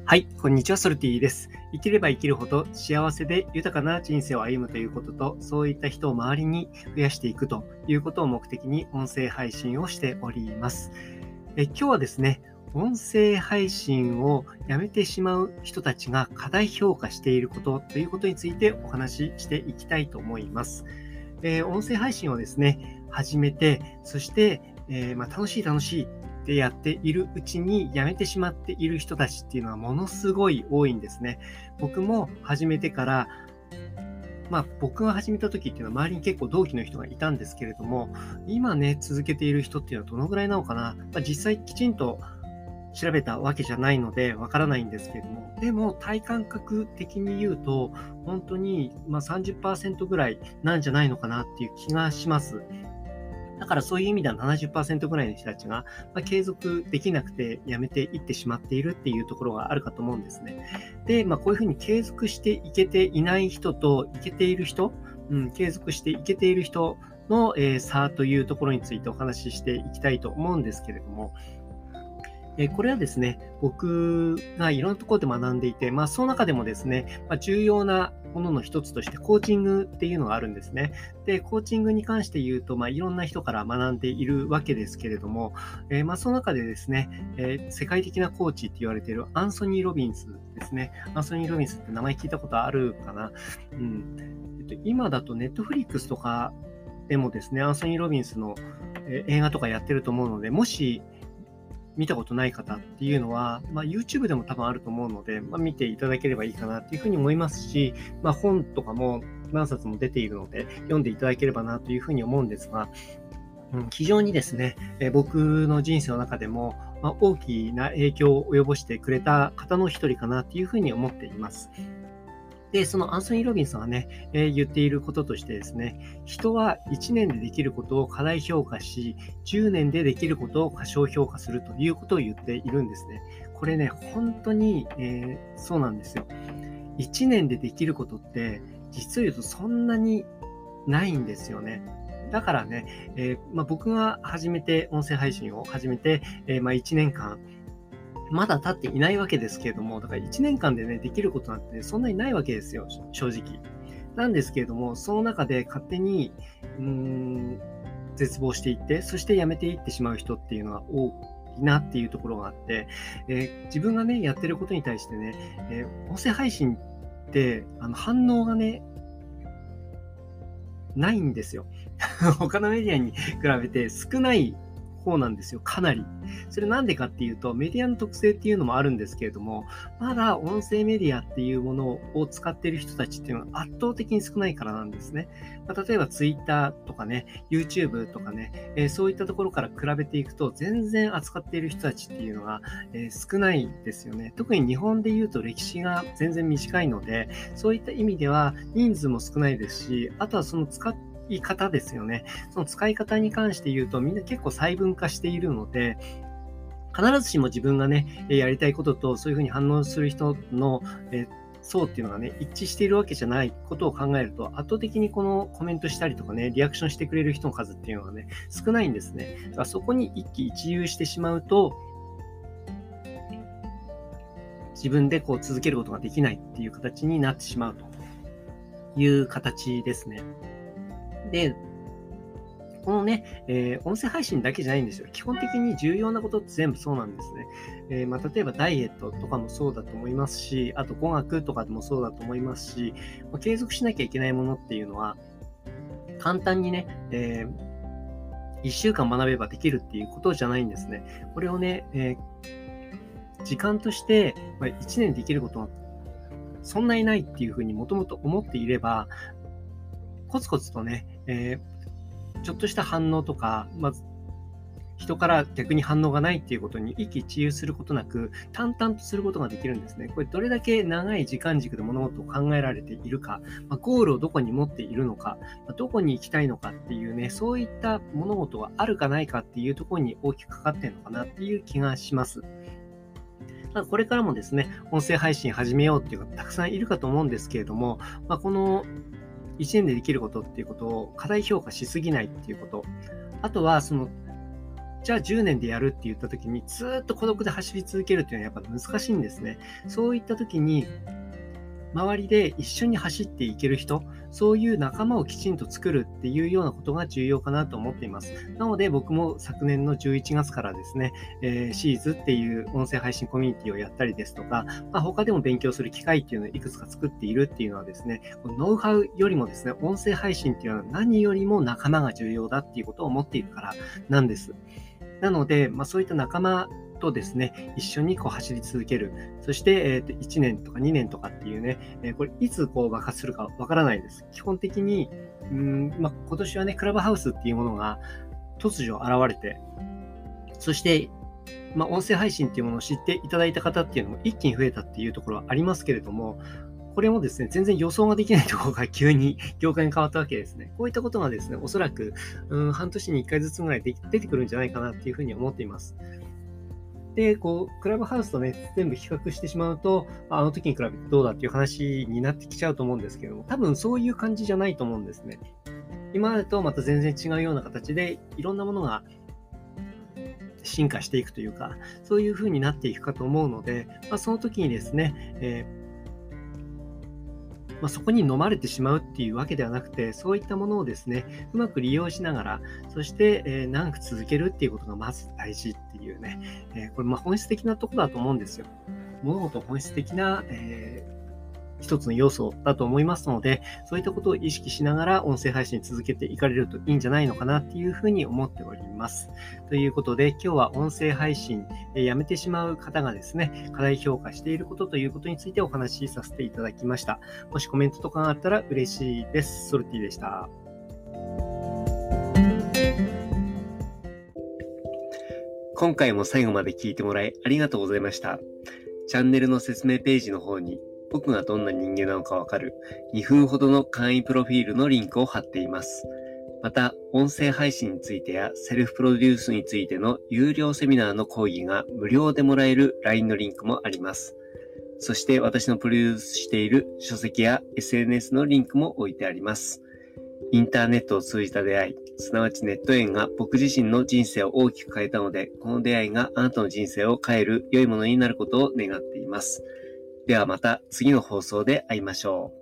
はい、こんにちは、ソルティです。生きれば生きるほど幸せで豊かな人生を歩むということと、そういった人を周りに増やしていくということを目的に音声配信をしております。今日はですね、音声配信をやめてしまう人たちが過大評価していることということについてお話ししていきたいと思います。音声配信をですね、始めて、そして、楽しいってやっているうちにやめてしまっている人たちっていうのはものすごい多いんですね。僕も始めてから、僕が始めた時っていうのは周りに結構同期の人がいたんですけれども、今ね、続けている人っていうのはどのぐらいなのかな。実際きちんと調べたわけじゃないのでわからないんですけれども、でも体感覚的に言うと、本当に30% ぐらいなんじゃないのかなっていう気がします。だからそういう意味では70% ぐらいの人たちが、継続できなくてやめていってしまっているっていうところがあるかと思うんですね。で、こういうふうに継続していけていない人といけている人、継続していけている人の、差というところについてお話ししていきたいと思うんですけれども、これはですね、僕がいろんなところで学んでいて、その中でもですね、重要なものの一つとしてコーチングっていうのがあるんですね。で、コーチングに関して言うと、いろんな人から学んでいるわけですけれども、その中でですね、世界的なコーチって言われているアンソニー・ロビンスですね。アンソニー・ロビンスって名前聞いたことあるかな。今だとネットフリックスとかでもですね、アンソニー・ロビンスの映画とかやってると思うので、もし見たことない方っていうのは、YouTube でも多分あると思うので、見ていただければいいかなっていうふうに思いますし、本とかも何冊も出ているので、読んでいただければなというふうに思うんですが、非常にですね、僕の人生の中でも、大きな影響を及ぼしてくれた方の一人かなというふうに思っています。で、そのアンソニー・ロビンさんがね、言っていることとしてですね、人は1年でできることを過大評価し、10年でできることを過小評価するということを言っているんですね。これね、本当に、そうなんですよ。1年でできることって、実を言うとそんなにないんですよね。だからね、僕が音声配信を始めて、1年間、まだ経っていないわけですけれども、だから1年間でね、できることなんて、そんなにないわけですよ、正直。なんですけれども、その中で勝手に、絶望していって、そして辞めていってしまう人っていうのが多いなっていうところがあって、自分がね、やってることに対してね、音声配信って、反応がね、ないんですよ。他のメディアに比べて少ない方なんですよ、かなり。それなんでかっていうと、メディアの特性っていうのもあるんですけれども、まだ音声メディアっていうものを使っている人たちっていうのは圧倒的に少ないからなんですね。例えば Twitter とかね、YouTube とかね、そういったところから比べていくと、全然扱っている人たちっていうのが、少ないですよね。特に日本で言うと歴史が全然短いので、そういった意味では人数も少ないですし、あとはその使い方ですよね。その使い方に関して言うと、みんな結構細分化しているので、必ずしも自分がね、やりたいこととそういうふうに反応する人の、層っていうのがね、一致しているわけじゃないことを考えると、圧倒的にこのコメントしたりとかね、リアクションしてくれる人の数っていうのはね、少ないんですね。だからそこに一喜一憂してしまうと、自分でこう続けることができないっていう形になってしまうという形ですね。で、このね、音声配信だけじゃないんですよ。基本的に重要なことって全部そうなんですね。例えばダイエットとかもそうだと思いますし、あと語学とかでもそうだと思いますし、継続しなきゃいけないものっていうのは、簡単にね、1週間学べばできるっていうことじゃないんですね。これをね、時間として、1年できることはそんなにないっていうふうにもともと思っていれば、コツコツとね、ちょっとした反応とか、人から逆に反応がないっていうことに一喜一憂することなく、淡々とすることができるんですね。これどれだけ長い時間軸で物事を考えられているか、ゴールをどこに持っているのか、どこに行きたいのかっていうね、そういった物事があるかないかっていうところに大きくかかっているのかなっていう気がします。ただこれからもですね、音声配信始めようっていう方たくさんいるかと思うんですけれども、この1年でできることっていうことを過大評価しすぎないっていうこと。あとは、 じゃあ10年でやるって言った時にずっと孤独で走り続けるっていうのはやっぱ難しいんですね。そういった時に周りで一緒に走っていける人、そういう仲間をきちんと作るっていうようなことが重要かなと思っています。なので僕も昨年の11月からですね、シーズっていう音声配信コミュニティをやったりですとか、他でも勉強する機会っていうのをいくつか作っているっていうのはですね、ノウハウよりもですね、音声配信っていうのは何よりも仲間が重要だっていうことを思っているからなんです。なので、そういった仲間とですね、一緒に走り続ける。そして、1年とか2年とかっていうね、これいつ爆発するかわからないです。基本的に、今年はね、クラブハウスっていうものが突如現れて、そして、音声配信っていうものを知っていただいた方っていうのも一気に増えたっていうところはありますけれども、これもですね、全然予想ができないところが急に業界に変わったわけですね。こういったことがですね、おそらく半年に1回ずつぐらい出てくるんじゃないかなっていうふうに思っています。で、クラブハウスとね、全部比較してしまうと、あの時に比べてどうだっていう話になってきちゃうと思うんですけども、多分そういう感じじゃないと思うんですね。今までとまた全然違うような形で、いろんなものが進化していくというか、そういう風になっていくかと思うので、その時にですね、そこに飲まれてしまうっていうわけではなくて、そういったものをですね、うまく利用しながら、そして、長く続けるっていうことがまず大事っていうね、これ本質的なところだと思うんですよ。物事本質的な、一つの要素だと思いますので、そういったことを意識しながら音声配信続けていかれるといいんじゃないのかなっていうふうに思っております。ということで、今日は音声配信やめてしまう方がですね、過大評価していることということについてお話しさせていただきました。もしコメントとかがあったら嬉しいです。ソルティでした。今回も最後まで聞いてもらいありがとうございました。チャンネルの説明ページの方に僕がどんな人間なのかわかる2分ほどの簡易プロフィールのリンクを貼っています。また、音声配信についてやセルフプロデュースについての有料セミナーの講義が無料でもらえる LINE のリンクもあります。そして私のプロデュースしている書籍や SNS のリンクも置いてあります。インターネットを通じた出会い、すなわちネット縁が僕自身の人生を大きく変えたので、この出会いがあなたの人生を変える良いものになることを願っています。ではまた次の放送で会いましょう。